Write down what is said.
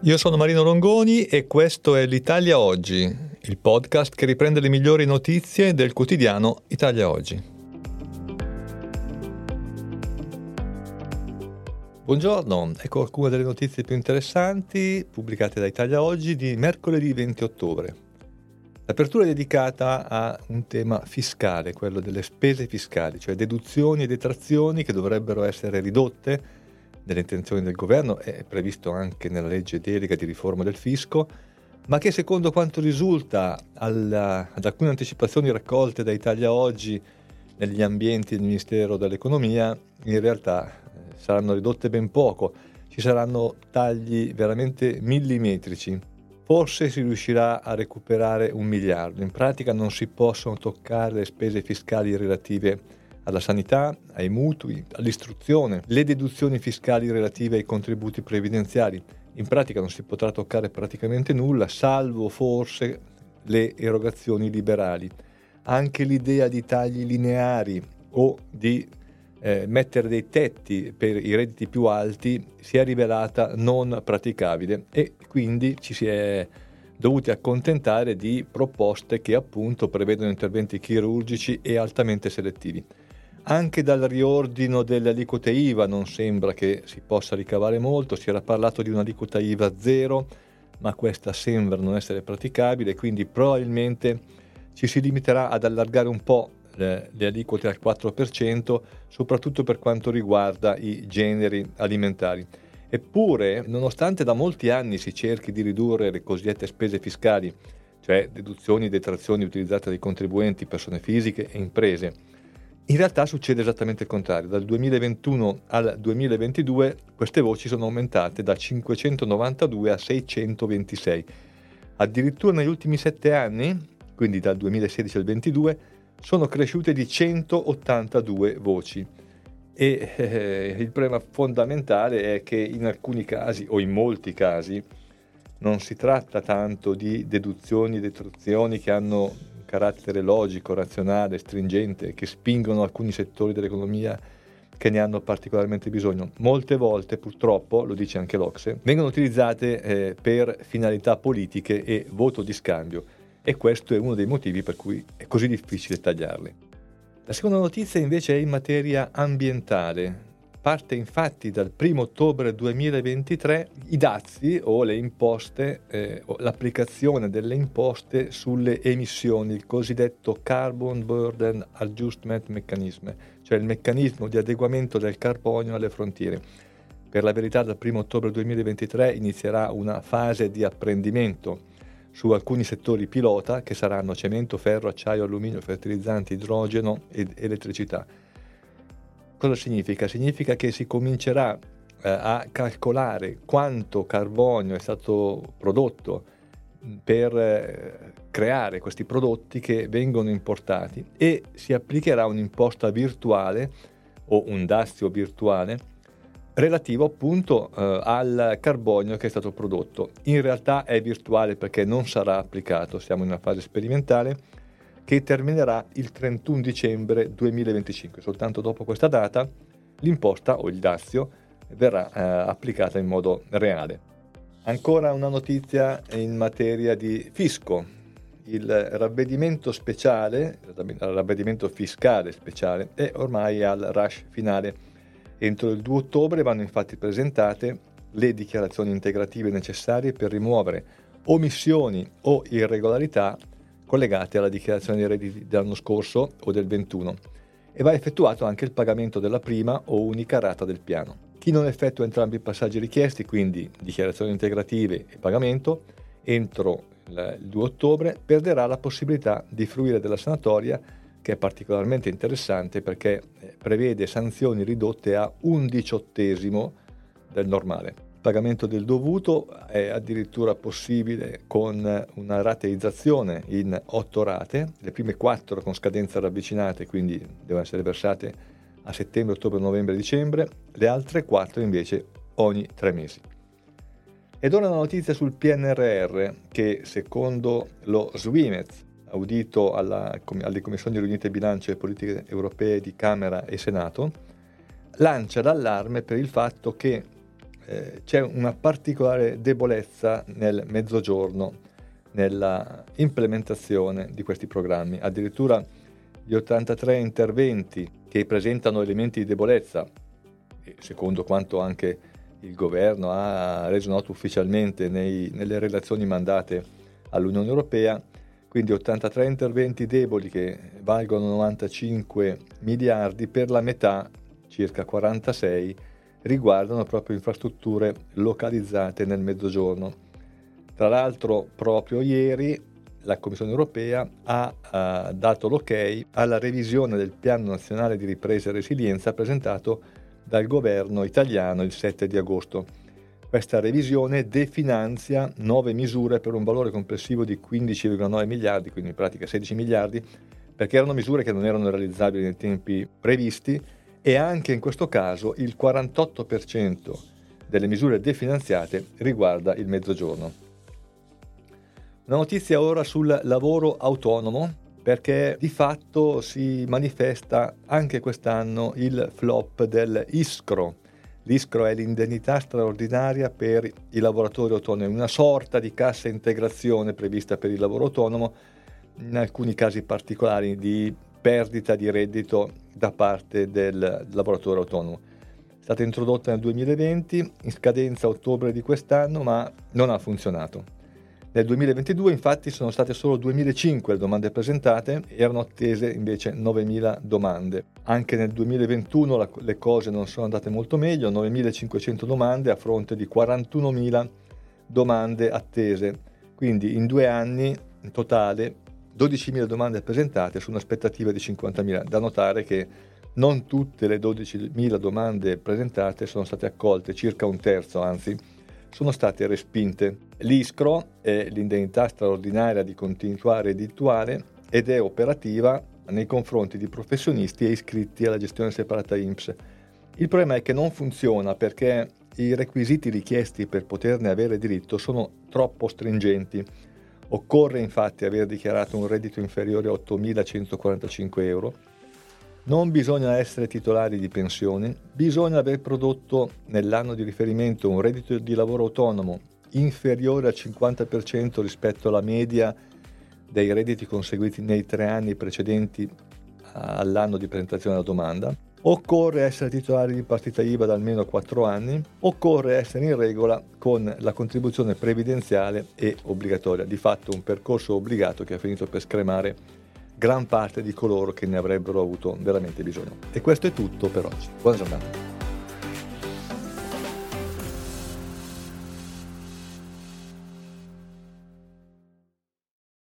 Io sono Marino Longoni e questo è l'Italia Oggi, il podcast che riprende le migliori notizie del quotidiano Italia Oggi. Buongiorno, ecco alcune delle notizie più interessanti pubblicate da Italia Oggi di mercoledì 20 ottobre. L'apertura è dedicata a un tema fiscale, quello delle spese fiscali, cioè deduzioni e detrazioni che dovrebbero essere ridotte nelle intenzioni del governo, è previsto anche nella legge delega di riforma del fisco, ma che secondo quanto risulta ad alcune anticipazioni raccolte da Italia Oggi negli ambienti del Ministero dell'Economia, in realtà saranno ridotte ben poco, ci saranno tagli veramente millimetrici. Forse si riuscirà a recuperare 1 miliardo, in pratica non si possono toccare le spese fiscali relative alla sanità, ai mutui, all'istruzione, le deduzioni fiscali relative ai contributi previdenziali. In pratica non si potrà toccare praticamente nulla, salvo forse le erogazioni liberali. Anche l'idea di tagli lineari o di mettere dei tetti per i redditi più alti si è rivelata non praticabile e quindi ci si è dovuti accontentare di proposte che appunto prevedono interventi chirurgici e altamente selettivi. Anche dal riordino delle aliquote IVA non sembra che si possa ricavare molto, si era parlato di un'aliquota IVA zero, ma questa sembra non essere praticabile, quindi probabilmente ci si limiterà ad allargare un po' le aliquote al 4%, soprattutto per quanto riguarda i generi alimentari. Eppure, nonostante da molti anni si cerchi di ridurre le cosiddette spese fiscali, cioè deduzioni e detrazioni utilizzate dai contribuenti, persone fisiche e imprese, in realtà succede esattamente il contrario. Dal 2021 al 2022 queste voci sono aumentate da 592 a 626. Addirittura negli ultimi 7 anni, quindi dal 2016 al 2022, sono cresciute di 182 voci. E il problema fondamentale è che in alcuni casi, o in molti casi, non si tratta tanto di deduzioni e detrazioni che hanno carattere logico, razionale, stringente, che spingono alcuni settori dell'economia che ne hanno particolarmente bisogno. Molte volte, purtroppo, lo dice anche l'Ocse, vengono utilizzate per finalità politiche e voto di scambio, e questo è uno dei motivi per cui è così difficile tagliarli. La seconda notizia invece è in materia ambientale. Parte infatti dal 1 ottobre 2023 i dazi o le imposte, o l'applicazione delle imposte sulle emissioni, il cosiddetto Carbon Burden Adjustment Mechanism, cioè il meccanismo di adeguamento del carbonio alle frontiere. Per la verità dal 1 ottobre 2023 inizierà una fase di apprendimento su alcuni settori pilota che saranno cemento, ferro, acciaio, alluminio, fertilizzanti, idrogeno ed elettricità. Cosa significa? Significa che si comincerà a calcolare quanto carbonio è stato prodotto per creare questi prodotti che vengono importati e si applicherà un'imposta virtuale o un dazio virtuale relativo appunto al carbonio che è stato prodotto. In realtà è virtuale perché non sarà applicato, siamo in una fase sperimentale che terminerà il 31 dicembre 2025. Soltanto dopo questa data l'imposta o il dazio verrà applicata in modo reale. Ancora una notizia in materia di fisco. Il ravvedimento fiscale speciale è ormai al rush finale. Entro il 2 ottobre vanno infatti presentate le dichiarazioni integrative necessarie per rimuovere omissioni o irregolarità collegate alla dichiarazione dei redditi dell'anno scorso o del 21, e va effettuato anche il pagamento della prima o unica rata del piano. Chi non effettua entrambi i passaggi richiesti, quindi dichiarazioni integrative e pagamento, entro il 2 ottobre perderà la possibilità di fruire della sanatoria, che è particolarmente interessante perché prevede sanzioni ridotte a 1/18 del normale. Il pagamento del dovuto è addirittura possibile con una rateizzazione in 8 rate, le prime 4 con scadenza ravvicinate, quindi devono essere versate a settembre, ottobre, novembre, dicembre, le altre 4 invece ogni 3 mesi. Ed ora una notizia sul PNRR che, secondo lo Svimez, audito alle Commissioni riunite bilancio e politiche europee di Camera e Senato, lancia l'allarme per il fatto che c'è una particolare debolezza nel Mezzogiorno nella implementazione di questi programmi. Addirittura gli 83 interventi che presentano elementi di debolezza, e secondo quanto anche il governo ha reso noto ufficialmente nelle relazioni mandate all'Unione Europea, quindi 83 interventi deboli che valgono 95 miliardi, per la metà, circa 46, riguardano proprio infrastrutture localizzate nel Mezzogiorno. Tra l'altro proprio ieri la Commissione Europea ha dato l'ok alla revisione del Piano Nazionale di Ripresa e Resilienza presentato dal governo italiano il 7 di agosto. Questa revisione definanzia 9 misure per un valore complessivo di 15,9 miliardi, quindi in pratica 16 miliardi, perché erano misure che non erano realizzabili nei tempi previsti, e anche in questo caso il 48% delle misure definanziate riguarda il Mezzogiorno. Una notizia ora sul lavoro autonomo, perché di fatto si manifesta anche quest'anno il flop del ISCRO. L'ISCRO è l'indennità straordinaria per i lavoratori autonomi, una sorta di cassa integrazione prevista per il lavoro autonomo, in alcuni casi particolari di perdita di reddito da parte del lavoratore autonomo. È stata introdotta nel 2020, in scadenza a ottobre di quest'anno, ma non ha funzionato. Nel 2022 infatti sono state solo 2.500 le domande presentate, erano attese invece 9.000 domande. Anche nel 2021 le cose non sono andate molto meglio, 9.500 domande a fronte di 41.000 domande attese. Quindi in 2 anni in totale 12.000 domande presentate su un'aspettativa di 50.000. Da notare che non tutte le 12.000 domande presentate sono state accolte, circa un terzo anzi sono state respinte. L'ISCRO è l'indennità straordinaria di continuità reddituale ed è operativa nei confronti di professionisti e iscritti alla gestione separata INPS. Il problema è che non funziona perché i requisiti richiesti per poterne avere diritto sono troppo stringenti. Occorre infatti aver dichiarato un reddito inferiore a 8.145 euro, non bisogna essere titolari di pensioni, bisogna aver prodotto nell'anno di riferimento un reddito di lavoro autonomo inferiore al 50% rispetto alla media dei redditi conseguiti nei 3 anni precedenti all'anno di presentazione della domanda. Occorre essere titolari di partita IVA da almeno 4 anni, occorre essere in regola con la contribuzione previdenziale e obbligatoria, di fatto un percorso obbligato che ha finito per scremare gran parte di coloro che ne avrebbero avuto veramente bisogno. E questo è tutto per oggi. Buona giornata.